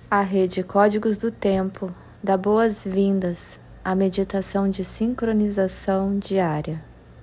A rede Códigos do Tempo dá boas-vindas à meditação de sincronização diária.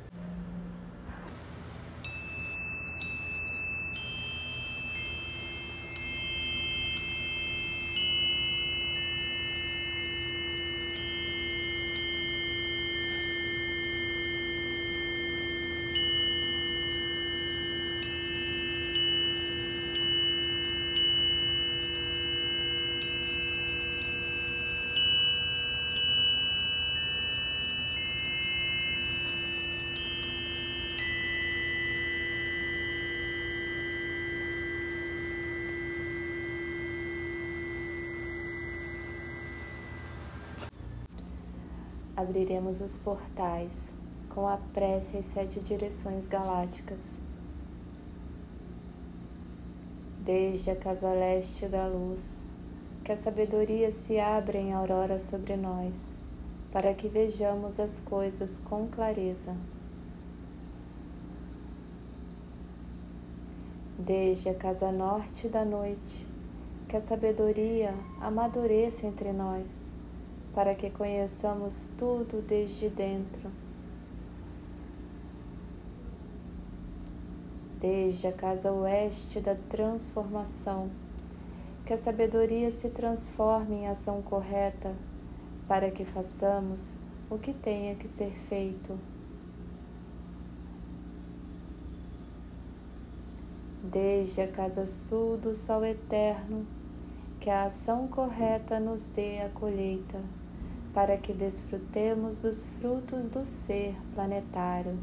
Abriremos os portais com a prece às 7 direções galácticas. Desde a casa leste da luz, que a sabedoria se abra em aurora sobre nós, para que vejamos as coisas com clareza. Desde a casa norte da noite, que a sabedoria amadureça entre nós, para que conheçamos tudo desde dentro. Desde a casa oeste da transformação, que a sabedoria se transforme em ação correta, para que façamos o que tenha que ser feito. Desde a casa sul do sol eterno, que a ação correta nos dê a colheita, para que desfrutemos dos frutos do ser planetário.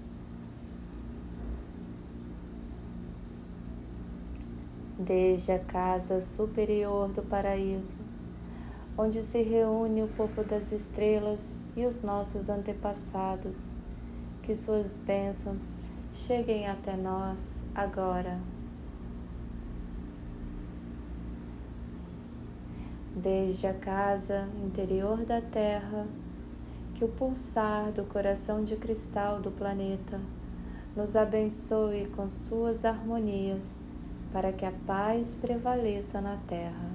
Desde a casa superior do paraíso, onde se reúne o povo das estrelas e os nossos antepassados, que suas bênçãos cheguem até nós agora. Desde a casa interior da Terra, que o pulsar do coração de cristal do planeta nos abençoe com suas harmonias, para que a paz prevaleça na Terra.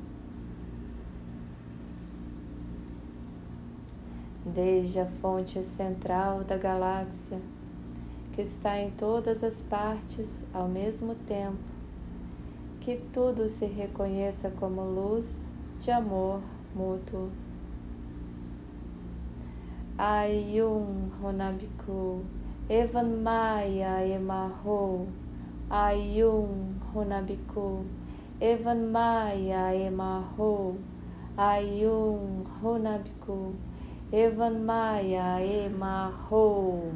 Desde a fonte central da galáxia, que está em todas as partes ao mesmo tempo, que tudo se reconheça como luz de amor mútuo. Ayum Honabiku, Evan Maya Emaho, Ayum Honabiku, Evan Maya Emaho, Ayum Honabiku, Evan Maya Emaho.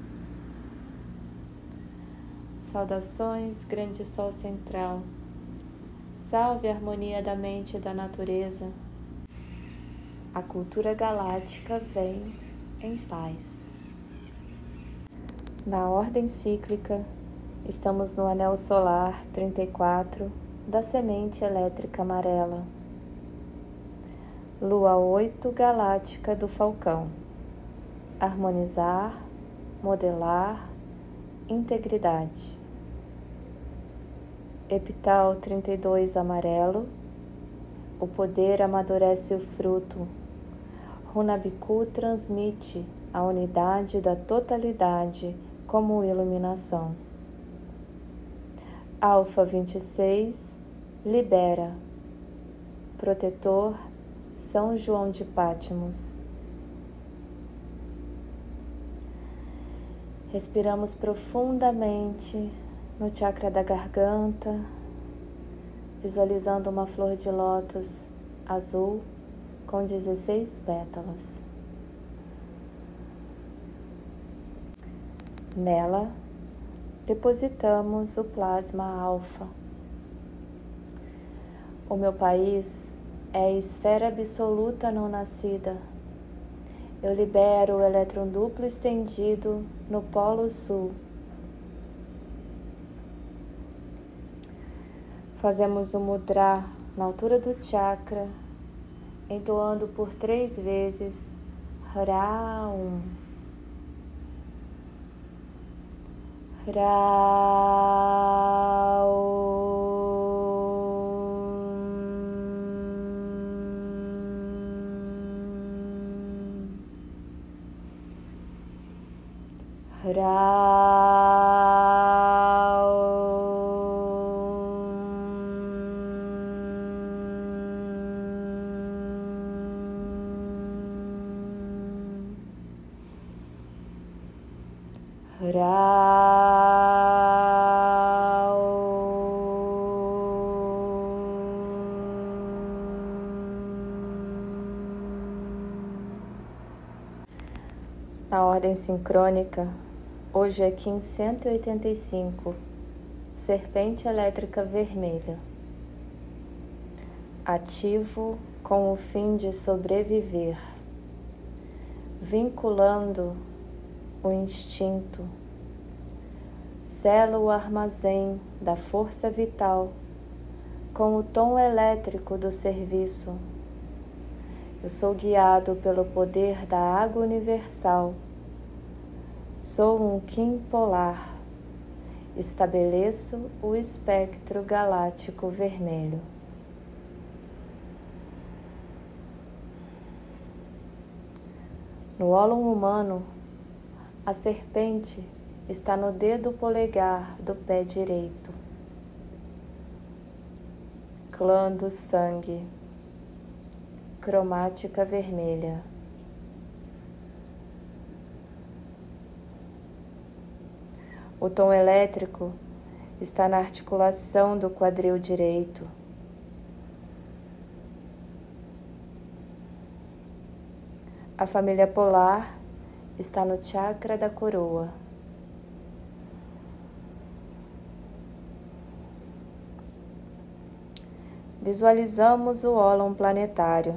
Saudações, grande sol central. Salve a harmonia da mente e da natureza. A cultura galáctica vem em paz. Na ordem cíclica, estamos no anel solar 34 da semente elétrica amarela. Lua 8 galáctica do Falcão. Harmonizar, modelar, integridade. Epital 32 amarelo. O poder amadurece o fruto. Runabiku transmite a unidade da totalidade como iluminação. Alfa 26 libera. Protetor São João de Pátimos. Respiramos profundamente no chakra da garganta, visualizando uma flor de lótus azul com 16 pétalas. Nela, depositamos o plasma alfa. O meu país é a esfera absoluta não nascida. Eu libero o elétron duplo estendido no Polo Sul. Fazemos o mudra na altura do chakra, entoando por 3 vezes Hraum. Hraum. Na ordem sincrônica, hoje é Kim 185, Serpente Elétrica Vermelha. Ativo com o fim de sobreviver, vinculando o instinto, selo o armazém da força vital com o tom elétrico do serviço. Eu sou guiado pelo poder da água universal. Sou um Kim polar. Estabeleço o espectro galáctico vermelho. No ólon humano, a serpente está no dedo polegar do pé direito. Clã do sangue. Cromática vermelha. O tom elétrico está na articulação do quadril direito. A família polar está no chakra da coroa. Visualizamos o ólon planetário.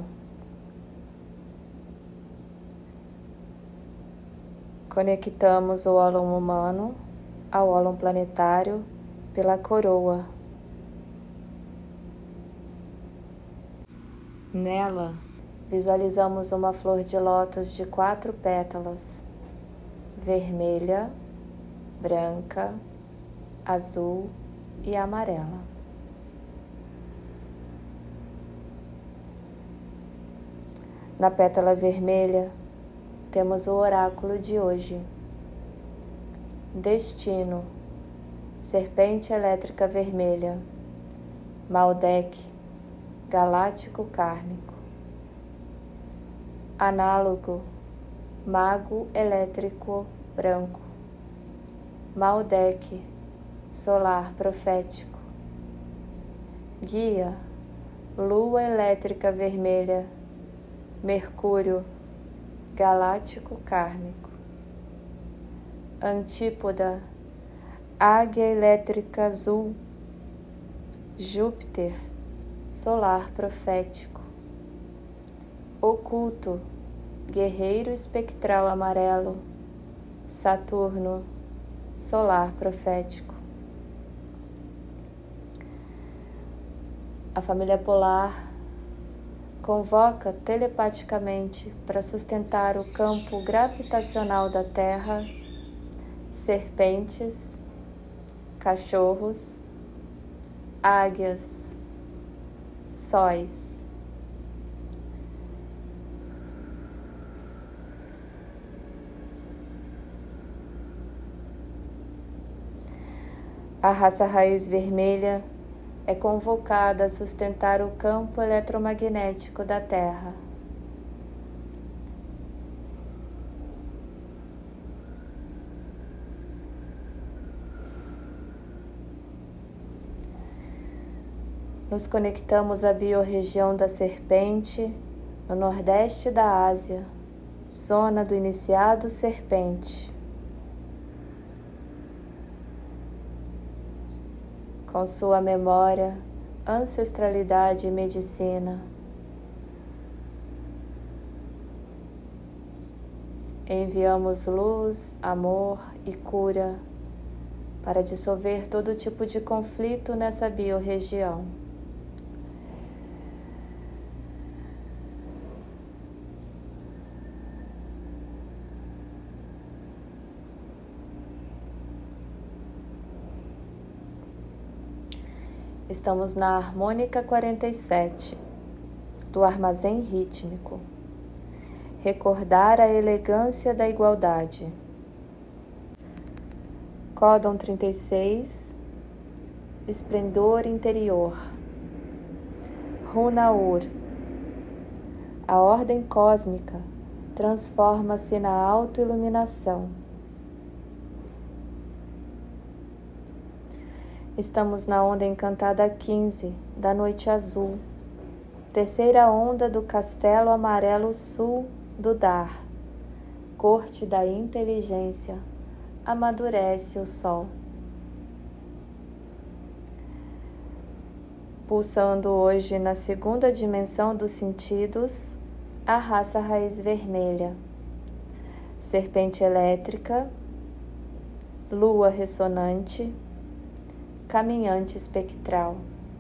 Conectamos o ólon humano ao ólon planetário pela coroa. Nela, visualizamos uma flor de lótus de 4 pétalas, vermelha, branca, azul e amarela. Na pétala vermelha, temos o oráculo de hoje. Destino, Serpente Elétrica Vermelha, Maldek, Galáctico Kármico. Análogo, Mago Elétrico Branco, Maldek, Solar Profético. Guia, Lua Elétrica Vermelha, Mercúrio, Galáctico Kármico. Antípoda, Águia Elétrica Azul, Júpiter, Solar Profético. Oculto, Guerreiro Espectral Amarelo, Saturno, Solar Profético. A família polar convoca telepaticamente para sustentar o campo gravitacional da Terra, serpentes, cachorros, águias, sóis. A raça raiz vermelha é convocada a sustentar o campo eletromagnético da Terra. Nos conectamos à biorregião da serpente, no nordeste da Ásia, zona do iniciado serpente. Com sua memória, ancestralidade e medicina. Enviamos luz, amor e cura para dissolver todo tipo de conflito nessa biorregião. Estamos na harmônica 47 do armazém rítmico. Recordar a elegância da igualdade. Códon 36, Esplendor Interior. Runa Ur. A ordem cósmica transforma-se na autoiluminação. Estamos na onda encantada 15 da noite azul, terceira onda do castelo amarelo sul do Dar, corte da inteligência, amadurece o sol. Pulsando hoje na segunda dimensão dos sentidos, a raça raiz vermelha, serpente elétrica, lua ressonante, caminhante espectral.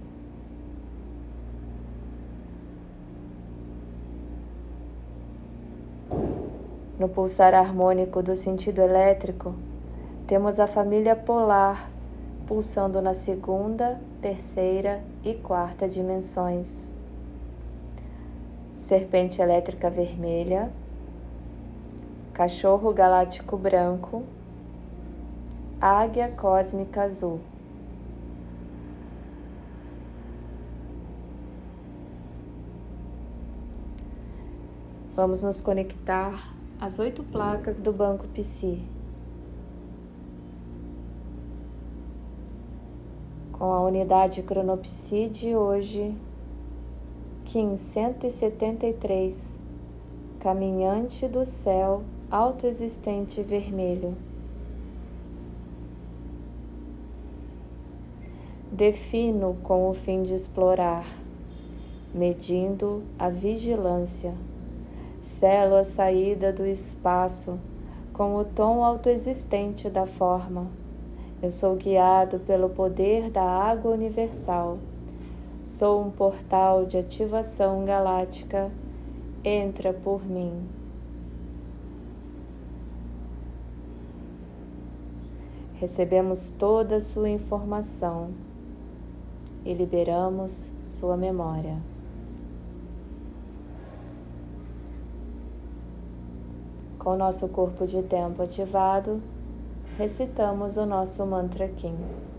No pulsar harmônico do sentido elétrico, temos a família polar pulsando na segunda, terceira e quarta dimensões. Serpente elétrica vermelha, cachorro galáctico branco, águia cósmica azul. Vamos nos conectar às 8 placas do Banco Psi. Com a unidade Cronopsi de hoje, Kim 173, caminhante do céu autoexistente vermelho. Defino com o fim de explorar, medindo a vigilância. Selo a saída do espaço com o tom autoexistente da forma. Eu sou guiado pelo poder da água universal. Sou um portal de ativação galáctica. Entra por mim. Recebemos toda a sua informação e liberamos sua memória. Com nosso corpo de tempo ativado, recitamos o nosso mantra Kim.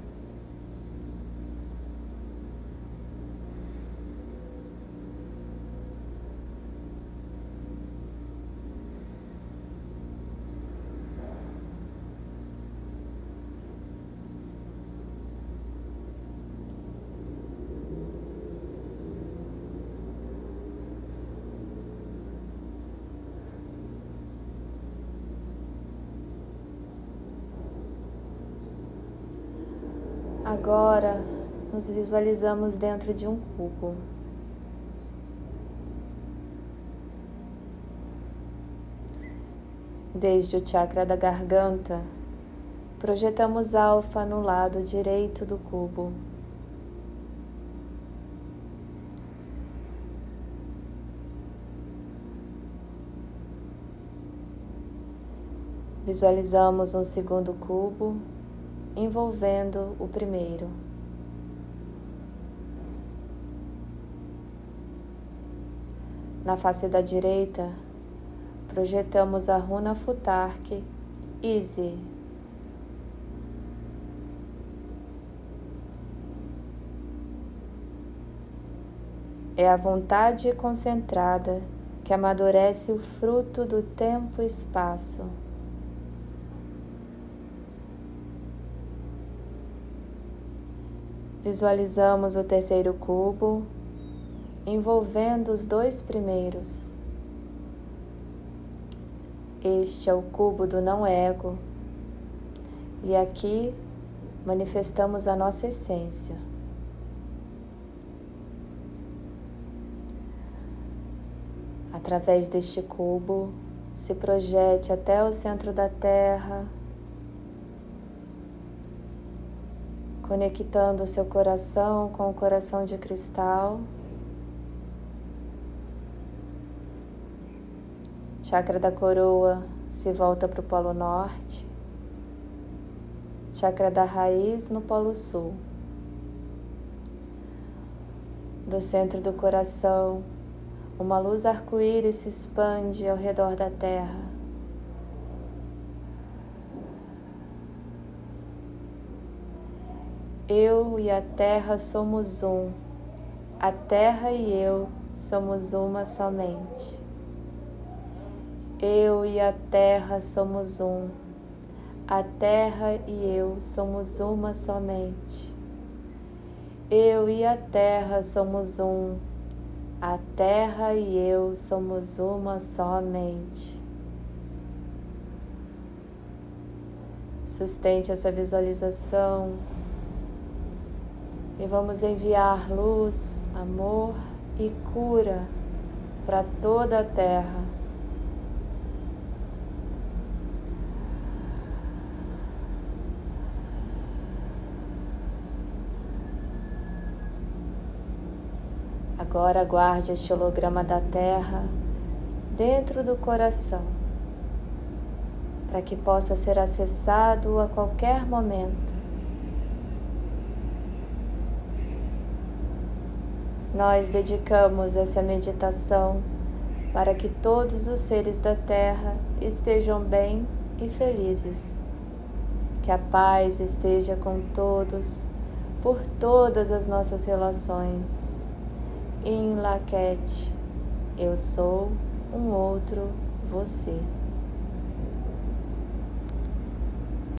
Agora, nos visualizamos dentro de um cubo. Desde o chakra da garganta, projetamos Alfa no lado direito do cubo. Visualizamos um segundo cubo envolvendo o primeiro. Na face da direita, projetamos a runa Futark, Easy. É a vontade concentrada que amadurece o fruto do tempo e espaço. Visualizamos o terceiro cubo, envolvendo os dois primeiros. Este é o cubo do não-ego, e aqui manifestamos a nossa essência. Através deste cubo, se projete até o centro da Terra, conectando seu coração com o coração de cristal. Chakra da coroa se volta para o Polo Norte. Chakra da raiz no Polo Sul. Do centro do coração, uma luz arco-íris se expande ao redor da Terra. Eu e a Terra somos um. A Terra e eu somos uma somente. Eu e a Terra somos um. A Terra e eu somos uma somente. Eu e a Terra somos um. A Terra e eu somos uma somente. Sustente essa visualização e vamos enviar luz, amor e cura para toda a Terra. Agora guarde este holograma da Terra dentro do coração, para que possa ser acessado a qualquer momento. Nós dedicamos essa meditação para que todos os seres da Terra estejam bem e felizes. Que a paz esteja com todos, por todas as nossas relações. In Laket, eu sou um outro você.